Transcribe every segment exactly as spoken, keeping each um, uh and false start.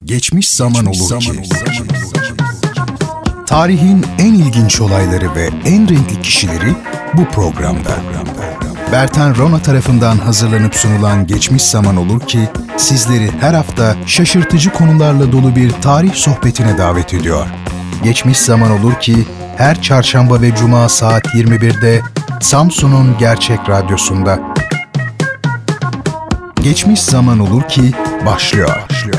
Geçmiş zaman olur ki. Tarihin en ilginç olayları ve en renkli kişileri bu programda. Bertan Rona tarafından hazırlanıp sunulan Geçmiş Zaman Olur ki, sizleri her hafta şaşırtıcı konularla dolu bir tarih sohbetine davet ediyor. Geçmiş Zaman Olur ki, her çarşamba ve cuma saat yirmi birde Samsun'un Gerçek Radyosu'nda. Geçmiş Zaman Olur ki başlıyor. başlıyor.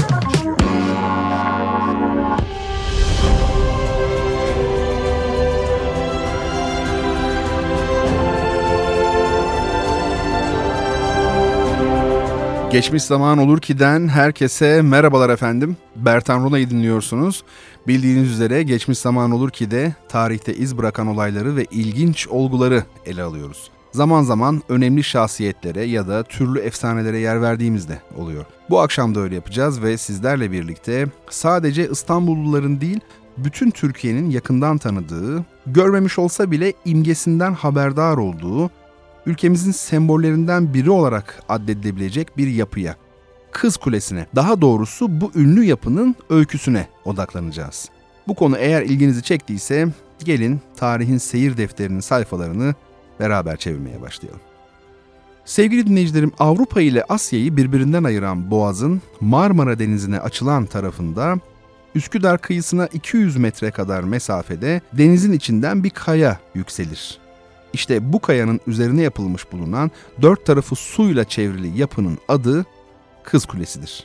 Geçmiş Zaman Olur ki'den herkese merhabalar efendim. Bertan Rona'yı dinliyorsunuz. Bildiğiniz üzere Geçmiş Zaman Olur ki'de tarihte iz bırakan olayları ve ilginç olguları ele alıyoruz. Zaman zaman önemli şahsiyetlere ya da türlü efsanelere yer verdiğimizde oluyor. Bu akşam da öyle yapacağız ve sizlerle birlikte sadece İstanbulluların değil, bütün Türkiye'nin yakından tanıdığı, görmemiş olsa bile imgesinden haberdar olduğu, ülkemizin sembollerinden biri olarak addedilebilecek bir yapıya, Kız Kulesi'ne, daha doğrusu bu ünlü yapının öyküsüne odaklanacağız. Bu konu eğer ilginizi çektiyse gelin tarihin seyir defterinin sayfalarını beraber çevirmeye başlayalım. Sevgili dinleyicilerim, Avrupa ile Asya'yı birbirinden ayıran Boğaz'ın Marmara Denizi'ne açılan tarafında Üsküdar kıyısına iki yüz metre kadar mesafede denizin içinden bir kaya yükselir. İşte bu kayanın üzerine yapılmış bulunan dört tarafı suyla çevrili yapının adı Kız Kulesi'dir.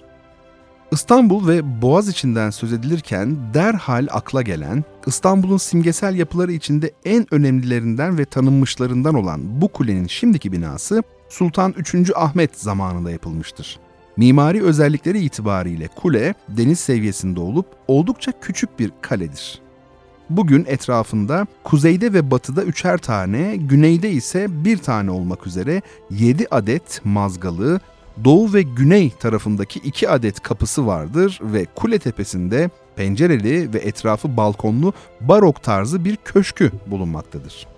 İstanbul ve Boğaz içinden söz edilirken derhal akla gelen, İstanbul'un simgesel yapıları içinde en önemlilerinden ve tanınmışlarından olan bu kulenin şimdiki binası Sultan üçüncü Ahmet zamanında yapılmıştır. Mimari özellikleri itibariyle kule deniz seviyesinde olup oldukça küçük bir kaledir. Bugün etrafında kuzeyde ve batıda üçer tane, güneyde ise bir tane olmak üzere yedi adet mazgalı, doğu ve güney tarafındaki iki adet kapısı vardır ve kule tepesinde pencereli ve etrafı balkonlu barok tarzı bir köşkü bulunmaktadır.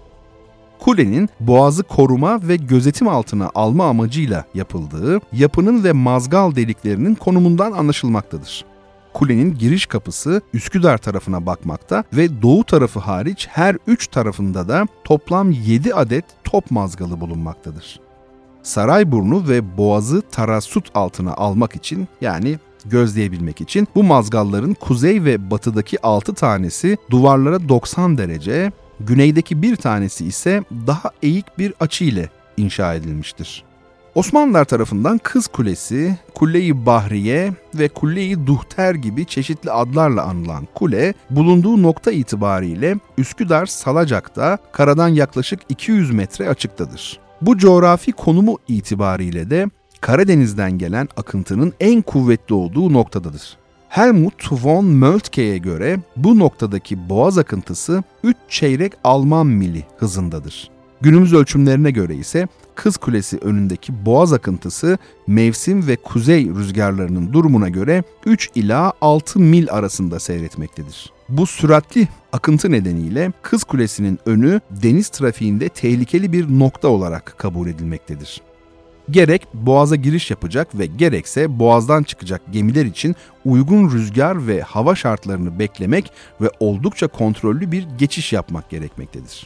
Kulenin boğazı koruma ve gözetim altına alma amacıyla yapıldığı yapının ve mazgal deliklerinin konumundan anlaşılmaktadır. Kulenin giriş kapısı Üsküdar tarafına bakmakta ve doğu tarafı hariç her üç tarafında da toplam yedi adet top mazgalı bulunmaktadır. Sarayburnu ve boğazı tarasut altına almak için, yani gözleyebilmek için bu mazgalların kuzey ve batıdaki altı tanesi duvarlara doksan derece, güneydeki bir tanesi ise daha eğik bir açı ile inşa edilmiştir. Osmanlılar tarafından Kız Kulesi, Kule-i Bahriye ve Kule-i Duhter gibi çeşitli adlarla anılan kule, bulunduğu nokta itibariyle Üsküdar Salacak'ta karadan yaklaşık iki yüz metre açıktadır. Bu coğrafi konumu itibariyle de Karadeniz'den gelen akıntının en kuvvetli olduğu noktadadır. Helmut von Moltke'ye göre bu noktadaki boğaz akıntısı üç çeyrek Alman mili hızındadır. Günümüz ölçümlerine göre ise Kız Kulesi önündeki boğaz akıntısı mevsim ve kuzey rüzgarlarının durumuna göre üç ila altı mil arasında seyretmektedir. Bu süratli akıntı nedeniyle Kız Kulesi'nin önü deniz trafiğinde tehlikeli bir nokta olarak kabul edilmektedir. Gerek boğaza giriş yapacak ve gerekse boğazdan çıkacak gemiler için uygun rüzgar ve hava şartlarını beklemek ve oldukça kontrollü bir geçiş yapmak gerekmektedir.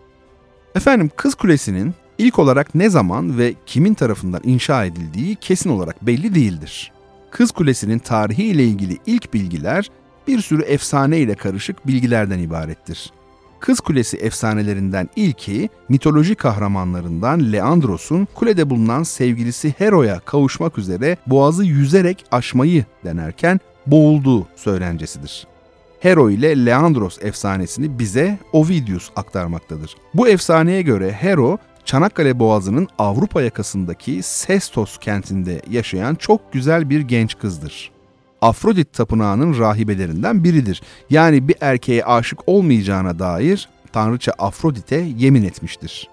Efendim, Kız Kulesi'nin ilk olarak ne zaman ve kimin tarafından inşa edildiği kesin olarak belli değildir. Kız Kulesi'nin tarihi ile ilgili ilk bilgiler bir sürü efsane ile karışık bilgilerden ibarettir. Kız Kulesi efsanelerinden ilki, mitoloji kahramanlarından Leandros'un kulede bulunan sevgilisi Hero'ya kavuşmak üzere boğazı yüzerek aşmayı denerken boğulduğu söylencesidir. Hero ile Leandros efsanesini bize Ovidius aktarmaktadır. Bu efsaneye göre Hero, Çanakkale Boğazı'nın Avrupa yakasındaki Sestos kentinde yaşayan çok güzel bir genç kızdır. Afrodit tapınağının rahibelerinden biridir. Yani bir erkeğe aşık olmayacağına dair tanrıça Afrodit'e yemin etmiştir.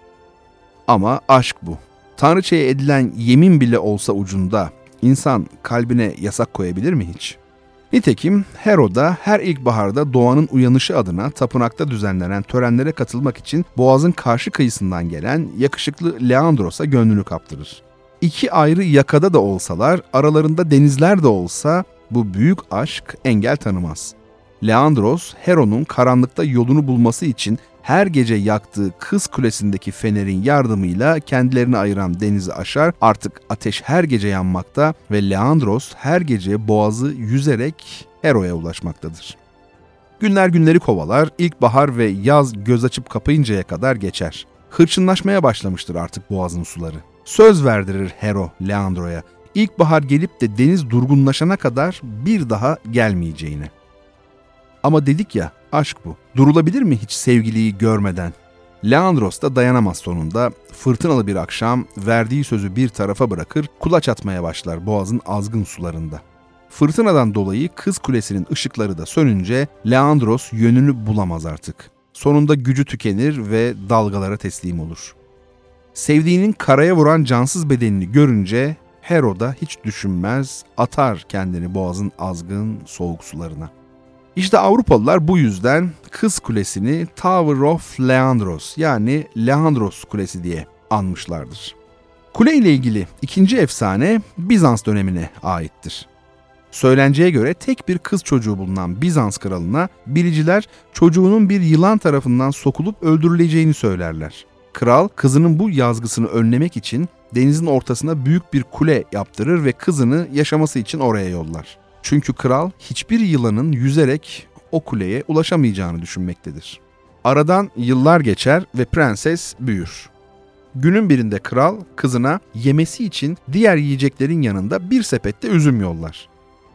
Ama aşk bu. Tanrıçaya edilen yemin bile olsa ucunda insan kalbine yasak koyabilir mi hiç? Nitekim Hero da her ilkbaharda doğanın uyanışı adına tapınakta düzenlenen törenlere katılmak için Boğaz'ın karşı kıyısından gelen yakışıklı Leandros'a gönlünü kaptırır. İki ayrı yakada da olsalar, aralarında denizler de olsa Bu büyük aşk engel tanımaz. Leandros, Hero'nun karanlıkta yolunu bulması için her gece yaktığı Kız Kulesi'ndeki fenerin yardımıyla kendilerini ayıran denizi aşar, artık ateş her gece yanmakta ve Leandros her gece boğazı yüzerek Hero'ya ulaşmaktadır. Günler günleri kovalar, ilkbahar ve yaz göz açıp kapayıncaya kadar geçer. Hırçınlaşmaya başlamıştır artık boğazın suları. Söz verdirir Hero Leandro'ya, ilkbahar gelip de deniz durgunlaşana kadar bir daha gelmeyeceğine. Ama dedik ya, aşk bu. Durulabilir mi hiç sevgiliyi görmeden? Leandros da dayanamaz sonunda. Fırtınalı bir akşam verdiği sözü bir tarafa bırakır, kulaç atmaya başlar boğazın azgın sularında. Fırtınadan dolayı Kız Kulesi'nin ışıkları da sönünce Leandros yönünü bulamaz artık. Sonunda gücü tükenir ve dalgalara teslim olur. Sevdiğinin karaya vuran cansız bedenini görünce Hero da hiç düşünmez, atar kendini boğazın azgın soğuk sularına. İşte Avrupalılar bu yüzden Kız Kulesi'ni Tower of Leandros yani Leandros Kulesi diye anmışlardır. Kule ile ilgili ikinci efsane Bizans dönemine aittir. Söylenceye göre tek bir kız çocuğu bulunan Bizans kralına biliciler çocuğunun bir yılan tarafından sokulup öldürüleceğini söylerler. Kral kızının bu yazgısını önlemek için denizin ortasına büyük bir kule yaptırır ve kızını yaşaması için oraya yollar. Çünkü kral hiçbir yılanın yüzerek o kuleye ulaşamayacağını düşünmektedir. Aradan yıllar geçer ve prenses büyür. Günün birinde kral kızına yemesi için diğer yiyeceklerin yanında bir sepette üzüm yollar.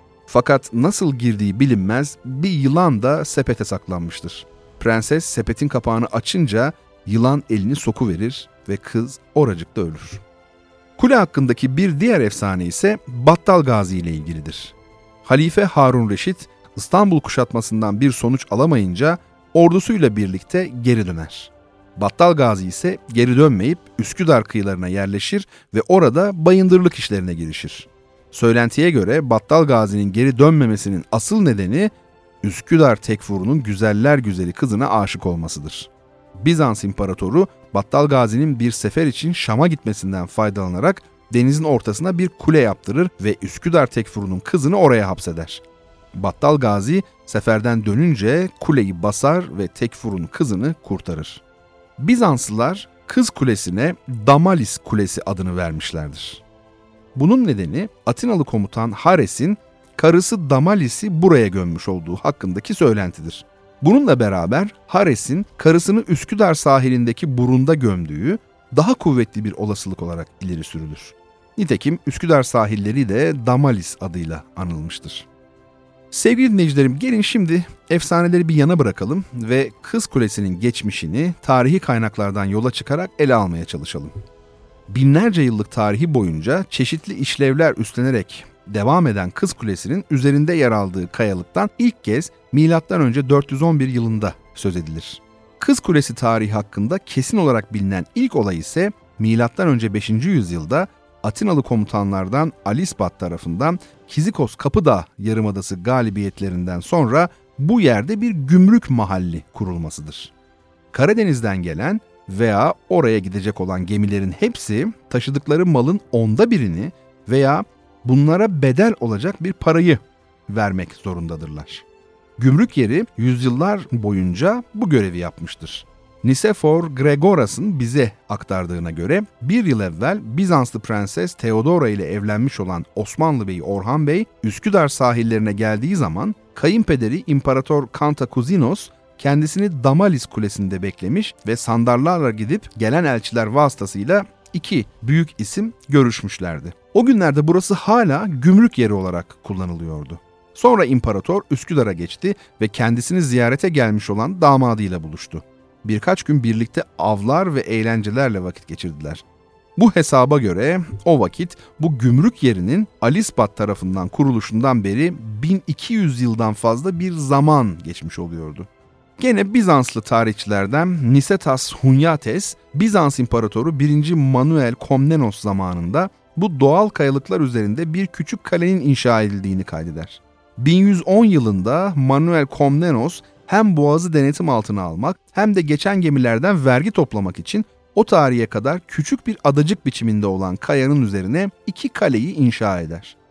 Fakat nasıl girdiği bilinmez bir yılan da sepete saklanmıştır. Prenses sepetin kapağını açınca yılan elini sokuverir ve kız oracıkta ölür. Kule hakkındaki bir diğer efsane ise Battal Gazi ile ilgilidir. Halife Harun Reşit İstanbul kuşatmasından bir sonuç alamayınca ordusuyla birlikte geri döner. Battal Gazi ise geri dönmeyip Üsküdar kıyılarına yerleşir ve orada bayındırlık işlerine girişir. Söylentiye göre Battal Gazi'nin geri dönmemesinin asıl nedeni Üsküdar Tekfuru'nun güzeller güzeli kızına aşık olmasıdır. Bizans İmparatoru Battal Gazi'nin bir sefer için Şam'a gitmesinden faydalanarak denizin ortasına bir kule yaptırır ve Üsküdar Tekfuru'nun kızını oraya hapseder. Battal Gazi seferden dönünce kuleyi basar ve Tekfur'un kızını kurtarır. Bizanslılar Kız Kulesi'ne Damalis Kulesi adını vermişlerdir. Bunun nedeni Atinalı komutan Hares'in karısı Damalis'i buraya gömmüş olduğu hakkındaki söylentidir. Bununla beraber Hares'in karısını Üsküdar sahilindeki burunda gömdüğü daha kuvvetli bir olasılık olarak ileri sürülür. Nitekim Üsküdar sahilleri de Damalis adıyla anılmıştır. Sevgili dinleyicilerim, gelin şimdi efsaneleri bir yana bırakalım ve Kız Kulesi'nin geçmişini tarihi kaynaklardan yola çıkarak ele almaya çalışalım. Binlerce yıllık tarihi boyunca çeşitli işlevler üstlenerek devam eden Kız Kulesi'nin üzerinde yer aldığı kayalıktan ilk kez milattan önce dört yüz on bir yılında söz edilir. Kız Kulesi tarihi hakkında kesin olarak bilinen ilk olay ise milattan önce beşinci yüzyılda Atinalı komutanlardan Alisbat tarafından Kizikos Kapıdağ Yarımadası galibiyetlerinden sonra bu yerde bir gümrük mahalli kurulmasıdır. Karadeniz'den gelen veya oraya gidecek olan gemilerin hepsi taşıdıkları malın onda birini veya bunlara bedel olacak bir parayı vermek zorundadırlar. Gümrük yeri yüzyıllar boyunca bu görevi yapmıştır. Nicephor Gregoras'ın bize aktardığına göre bir yıl evvel Bizanslı Prenses Theodora ile evlenmiş olan Osmanlı Bey Orhan Bey, Üsküdar sahillerine geldiği zaman kayınpederi İmparator Kantakuzinos kendisini Damalis Kulesi'nde beklemiş ve sandarlarla gidip gelen elçiler vasıtasıyla iki büyük isim görüşmüşlerdi. O günlerde burası hala gümrük yeri olarak kullanılıyordu. Sonra imparator Üsküdar'a geçti ve kendisini ziyarete gelmiş olan damadıyla buluştu. Birkaç gün birlikte avlar ve eğlencelerle vakit geçirdiler. Bu hesaba göre o vakit bu gümrük yerinin Alisbat tarafından kuruluşundan beri bin iki yüz yıldan fazla bir zaman geçmiş oluyordu. Gene Bizanslı tarihçilerden Nicetas Hunyates, Bizans İmparatoru birinci Manuel Komnenos zamanında bu doğal kayalıklar üzerinde bir küçük kalenin inşa edildiğini kaydeder. bin yüz on yılında Manuel Komnenos hem boğazı denetim altına almak hem de geçen gemilerden vergi toplamak için o tarihe kadar küçük bir adacık biçiminde olan kayanın üzerine iki kaleyi inşa eder.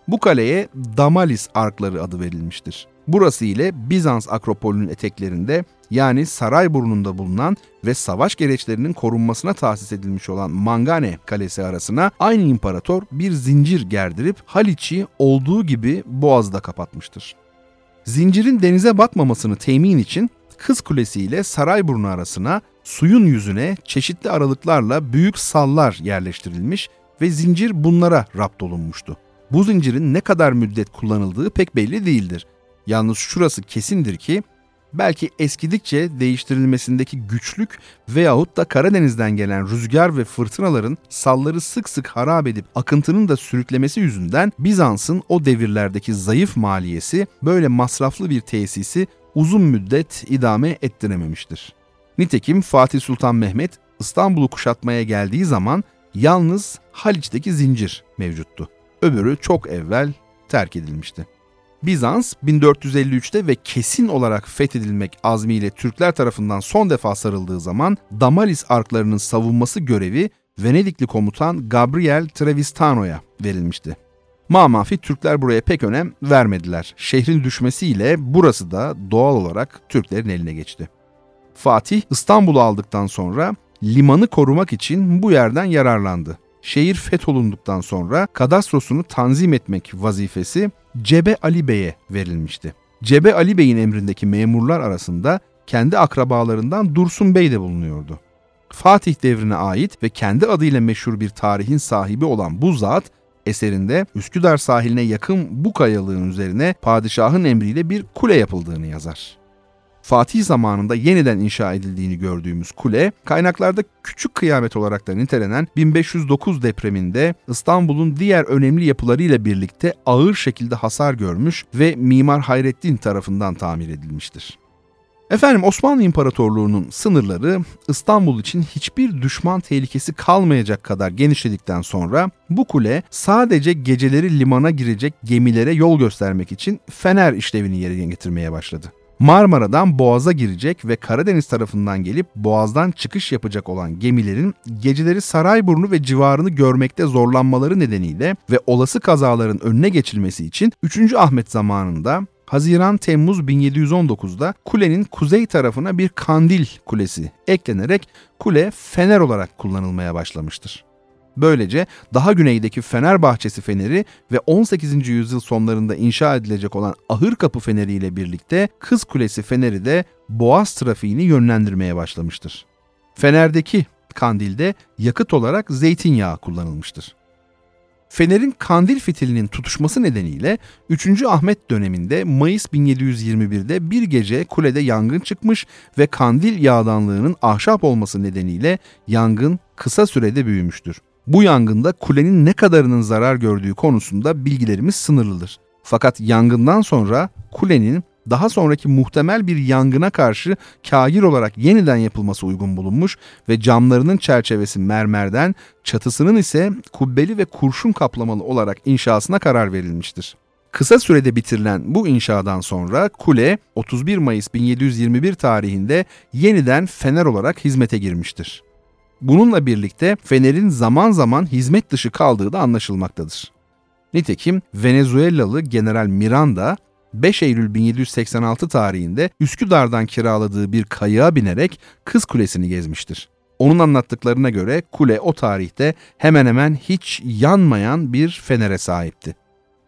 Bu kaleye Damalis Arkları adı verilmiştir. Burası ile Bizans Akropolü'nün eteklerinde, yani Sarayburnu'nda bulunan ve savaş gereçlerinin korunmasına tahsis edilmiş olan Mangane Kalesi arasına aynı imparator bir zincir gerdirip Haliç'i olduğu gibi boğazda kapatmıştır. Zincirin denize batmamasını temin için Kız Kulesi ile Sarayburnu arasına suyun yüzüne çeşitli aralıklarla büyük sallar yerleştirilmiş ve zincir bunlara raptolunmuştu. Bu zincirin ne kadar müddet kullanıldığı pek belli değildir. Yalnız şurası kesindir ki belki eskidikçe değiştirilmesindeki güçlük veyahut da Karadeniz'den gelen rüzgar ve fırtınaların salları sık sık harap edip akıntının da sürüklemesi yüzünden Bizans'ın o devirlerdeki zayıf maliyesi böyle masraflı bir tesisi uzun müddet idame ettirememiştir. Nitekim Fatih Sultan Mehmet İstanbul'u kuşatmaya geldiği zaman yalnız Haliç'teki zincir mevcuttu. Öbürü çok evvel terk edilmişti. Bizans bin dört yüz elli üçte ve kesin olarak fethedilmek azmiyle Türkler tarafından son defa sarıldığı zaman Damalis Arklarının savunması görevi Venedikli komutan Gabriel Trevistano'ya verilmişti. Mamafi Türkler buraya pek önem vermediler. Şehrin düşmesiyle burası da doğal olarak Türklerin eline geçti. Fatih İstanbul'u aldıktan sonra limanı korumak için bu yerden yararlandı. Şehir fetholunduktan sonra kadastrosunu tanzim etmek vazifesi Cebe Ali Bey'e verilmişti. Cebe Ali Bey'in emrindeki memurlar arasında kendi akrabalarından Dursun Bey de bulunuyordu. Fatih devrine ait ve kendi adıyla meşhur bir tarihin sahibi olan bu zat, eserinde Üsküdar sahiline yakın bu kayalığın üzerine padişahın emriyle bir kule yapıldığını yazar. Fatih zamanında yeniden inşa edildiğini gördüğümüz kule, kaynaklarda küçük kıyamet olarak da nitelenen bin beş yüz dokuz depreminde İstanbul'un diğer önemli yapılarıyla birlikte ağır şekilde hasar görmüş ve Mimar Hayrettin tarafından tamir edilmiştir. Efendim, Osmanlı İmparatorluğu'nun sınırları İstanbul için hiçbir düşman tehlikesi kalmayacak kadar genişledikten sonra bu kule sadece geceleri limana girecek gemilere yol göstermek için fener işlevini yerine getirmeye başladı. Marmara'dan Boğaz'a girecek ve Karadeniz tarafından gelip Boğaz'dan çıkış yapacak olan gemilerin geceleri Sarayburnu ve civarını görmekte zorlanmaları nedeniyle ve olası kazaların önüne geçilmesi için üçüncü Ahmet zamanında Haziran-Temmuz bin yedi yüz on dokuzda kulenin kuzey tarafına bir kandil kulesi eklenerek kule fener olarak kullanılmaya başlamıştır. Böylece daha güneydeki Fenerbahçesi Feneri ve on sekizinci yüzyıl sonlarında inşa edilecek olan Ahırkapı Feneri ile birlikte Kız Kulesi Feneri de Boğaz trafiğini yönlendirmeye başlamıştır. Fenerdeki kandilde yakıt olarak zeytinyağı kullanılmıştır. Fenerin kandil fitilinin tutuşması nedeniyle üçüncü Ahmet döneminde Mayıs bin yedi yüz yirmi birde bir gece kulede yangın çıkmış ve kandil yağdanlığının ahşap olması nedeniyle yangın kısa sürede büyümüştür. Bu yangında kulenin ne kadarının zarar gördüğü konusunda bilgilerimiz sınırlıdır. Fakat yangından sonra kulenin daha sonraki muhtemel bir yangına karşı kâgir olarak yeniden yapılması uygun bulunmuş ve camlarının çerçevesi mermerden, çatısının ise kubbeli ve kurşun kaplamalı olarak inşasına karar verilmiştir. Kısa sürede bitirilen bu inşadan sonra kule otuz bir Mayıs bin yedi yüz yirmi bir tarihinde yeniden fener olarak hizmete girmiştir. Bununla birlikte fenerin zaman zaman hizmet dışı kaldığı da anlaşılmaktadır. Nitekim Venezuelalı General Miranda beş Eylül bin yedi yüz seksen altı tarihinde Üsküdar'dan kiraladığı bir kayığa binerek Kız Kulesi'ni gezmiştir. Onun anlattıklarına göre kule o tarihte hemen hemen hiç yanmayan bir fenere sahipti.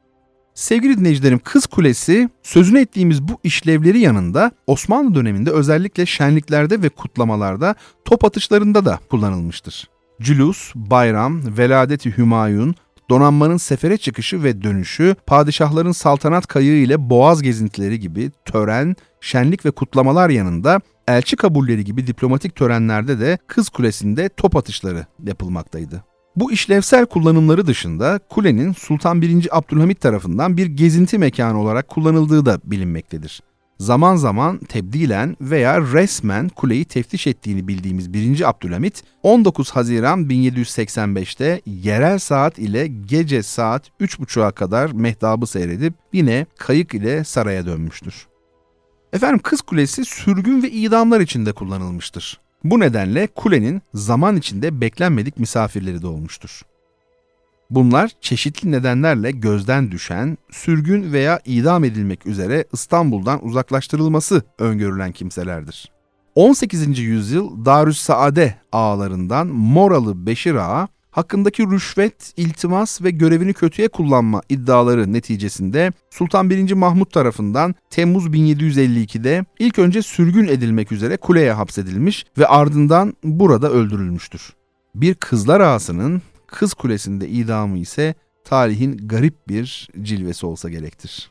Sevgili dinleyicilerim, Kız Kulesi sözünü ettiğimiz bu işlevleri yanında Osmanlı döneminde özellikle şenliklerde ve kutlamalarda top atışlarında da kullanılmıştır. Cülus, bayram, veladeti Hümayun, donanmanın sefere çıkışı ve dönüşü, padişahların saltanat kayığı ile boğaz gezintileri gibi tören, şenlik ve kutlamalar yanında elçi kabulleri gibi diplomatik törenlerde de Kız Kulesi'nde top atışları yapılmaktaydı. Bu işlevsel kullanımları dışında kulenin Sultan birinci. Abdülhamit tarafından bir gezinti mekanı olarak kullanıldığı da bilinmektedir. Zaman zaman tebdilen veya resmen kuleyi teftiş ettiğini bildiğimiz birinci. Abdülhamit, on dokuz Haziran bin yedi yüz seksen beşte yerel saat ile gece saat üç buçuğa kadar mehtabı seyredip yine kayık ile saraya dönmüştür. Efendim, Kız Kulesi sürgün ve idamlar için de kullanılmıştır. Bu nedenle kulenin zaman içinde beklenmedik misafirleri de olmuştur. Bunlar çeşitli nedenlerle gözden düşen, sürgün veya idam edilmek üzere İstanbul'dan uzaklaştırılması öngörülen kimselerdir. on sekizinci yüzyıl Darüssaade ağalarından Moralı Beşir Ağa, hakkındaki rüşvet, iltimas ve görevini kötüye kullanma iddiaları neticesinde Sultan birinci. Mahmut tarafından Temmuz bin yedi yüz elli ikide ilk önce sürgün edilmek üzere kuleye hapsedilmiş ve ardından burada öldürülmüştür. Bir Kızlar Ağası'nın Kız Kulesi'nde idamı ise tarihin garip bir cilvesi olsa gerektir.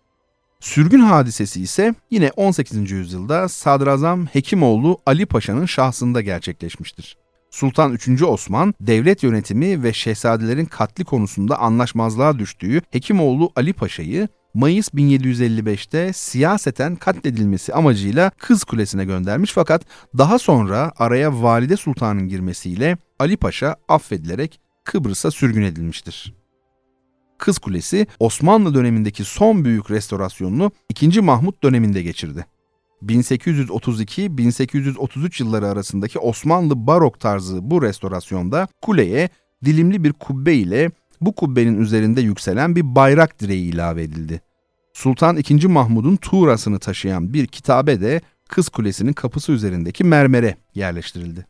Sürgün hadisesi ise yine on sekizinci yüzyılda Sadrazam Hekimoğlu Ali Paşa'nın şahsında gerçekleşmiştir. Sultan üçüncü. Osman, devlet yönetimi ve şehzadelerin katli konusunda anlaşmazlığa düştüğü Hekimoğlu Ali Paşa'yı Mayıs bin yedi yüz elli beşte siyaseten katledilmesi amacıyla Kız Kulesi'ne göndermiş, fakat daha sonra araya Valide Sultan'ın girmesiyle Ali Paşa affedilerek Kıbrıs'a sürgün edilmiştir. Kız Kulesi, Osmanlı dönemindeki son büyük restorasyonunu ikinci. Mahmut döneminde geçirdi. bin sekiz yüz otuz iki bin sekiz yüz otuz üç yılları arasındaki Osmanlı barok tarzı bu restorasyonda kuleye dilimli bir kubbe ile bu kubbenin üzerinde yükselen bir bayrak direği ilave edildi. Sultan ikinci. Mahmud'un tuğrasını taşıyan bir kitabe de Kız Kulesi'nin kapısı üzerindeki mermere yerleştirildi.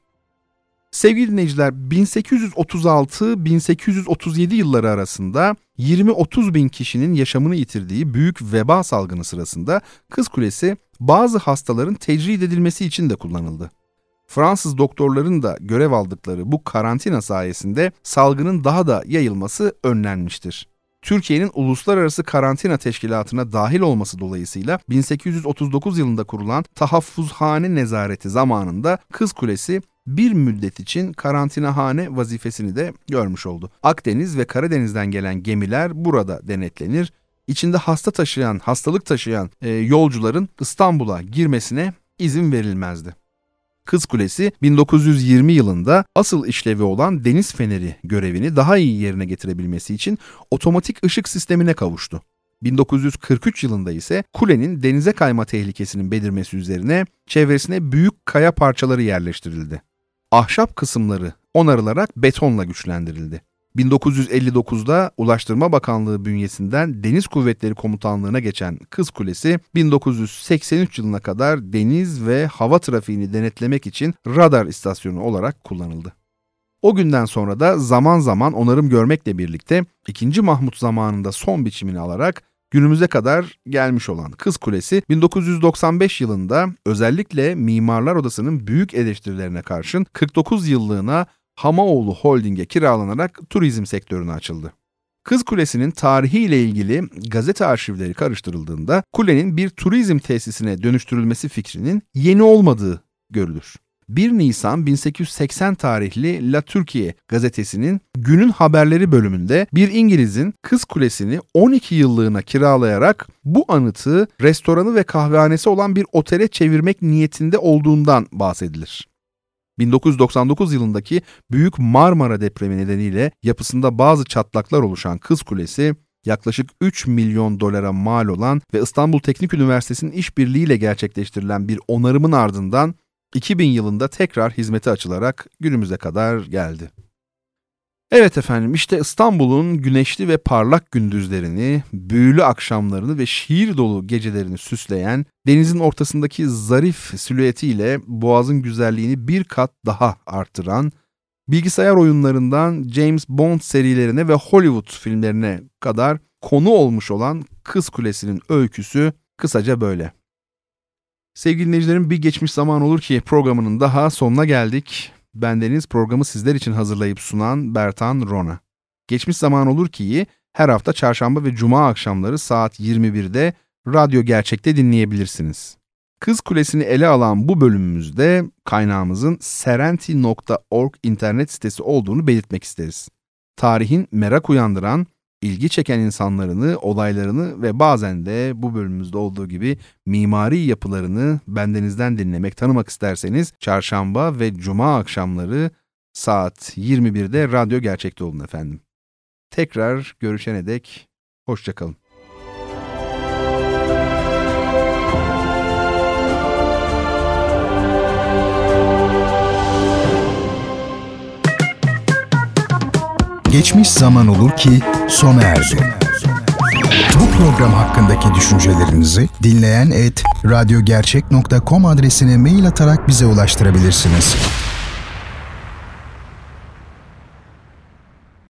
Sevgili dinleyiciler, bin sekiz yüz otuz altı bin sekiz yüz otuz yedi yılları arasında yirmi otuz bin kişinin yaşamını yitirdiği büyük veba salgını sırasında Kız Kulesi bazı hastaların tecrid edilmesi için de kullanıldı. Fransız doktorların da görev aldıkları bu karantina sayesinde salgının daha da yayılması önlenmiştir. Türkiye'nin uluslararası karantina teşkilatına dahil olması dolayısıyla bin sekiz yüz otuz dokuz yılında kurulan tahaffuzhane nezareti zamanında Kız Kulesi bir müddet için karantinahane vazifesini de görmüş oldu. Akdeniz ve Karadeniz'den gelen gemiler burada denetlenir. İçinde hasta taşıyan, hastalık taşıyan e, yolcuların İstanbul'a girmesine izin verilmezdi. Kız Kulesi bin dokuz yüz yirmi yılında asıl işlevi olan deniz feneri görevini daha iyi yerine getirebilmesi için otomatik ışık sistemine kavuştu. bin dokuz yüz kırk üç yılında ise kulenin denize kayma tehlikesinin belirmesi üzerine çevresine büyük kaya parçaları yerleştirildi. Ahşap kısımları onarılarak betonla güçlendirildi. bin dokuz yüz elli dokuzda Ulaştırma Bakanlığı bünyesinden Deniz Kuvvetleri Komutanlığı'na geçen Kız Kulesi, bin dokuz yüz seksen üç yılına kadar deniz ve hava trafiğini denetlemek için radar istasyonu olarak kullanıldı. O günden sonra da zaman zaman onarım görmekle birlikte ikinci. Mahmut zamanında son biçimini alarak günümüze kadar gelmiş olan Kız Kulesi, bin dokuz yüz doksan beş yılında özellikle Mimarlar Odası'nın büyük eleştirilerine karşın kırk dokuz yıllığına Hamaoğlu Holding'e kiralanarak turizm sektörüne açıldı. Kız Kulesi'nin tarihiyle ilgili gazete arşivleri karıştırıldığında kulenin bir turizm tesisine dönüştürülmesi fikrinin yeni olmadığı görülür. bir Nisan bin sekiz yüz seksen tarihli La Türkiye gazetesinin Günün Haberleri bölümünde bir İngiliz'in Kız Kulesi'ni on iki yıllığına kiralayarak bu anıtı restoranı ve kahvehanesi olan bir otele çevirmek niyetinde olduğundan bahsedilir. bin dokuz yüz doksan dokuz yılındaki Büyük Marmara depremi nedeniyle yapısında bazı çatlaklar oluşan Kız Kulesi, yaklaşık üç milyon dolara mal olan ve İstanbul Teknik Üniversitesi'nin işbirliğiyle gerçekleştirilen bir onarımın ardından iki bin yılında tekrar hizmete açılarak günümüze kadar geldi. Evet efendim, işte İstanbul'un güneşli ve parlak gündüzlerini, büyülü akşamlarını ve şiir dolu gecelerini süsleyen, denizin ortasındaki zarif silüetiyle Boğaz'ın güzelliğini bir kat daha arttıran, bilgisayar oyunlarından James Bond serilerine ve Hollywood filmlerine kadar konu olmuş olan Kız Kulesi'nin öyküsü kısaca böyle. Sevgili dinleyicilerim, bir geçmiş zaman olur ki programının daha sonuna geldik. Bendeniz programı sizler için hazırlayıp sunan Bertan Rona. Geçmiş zaman olur ki'yi her hafta çarşamba ve cuma akşamları saat yirmi birde Radyo Gerçek'te dinleyebilirsiniz. Kız Kulesi'ni ele alan bu bölümümüzde kaynağımızın serenti nokta org internet sitesi olduğunu belirtmek isteriz. Tarihin merak uyandıran, ilgi çeken insanlarını, olaylarını ve bazen de bu bölümümüzde olduğu gibi mimari yapılarını bendenizden dinlemek, tanımak isterseniz çarşamba ve cuma akşamları saat yirmi birde Radyo Gerçek'te olun efendim. Tekrar görüşene dek hoşça kalın. Geçmiş zaman olur ki sona erdi. Bu program hakkındaki düşüncelerinizi dinleyen et radyogercek nokta com adresine mail atarak bize ulaştırabilirsiniz.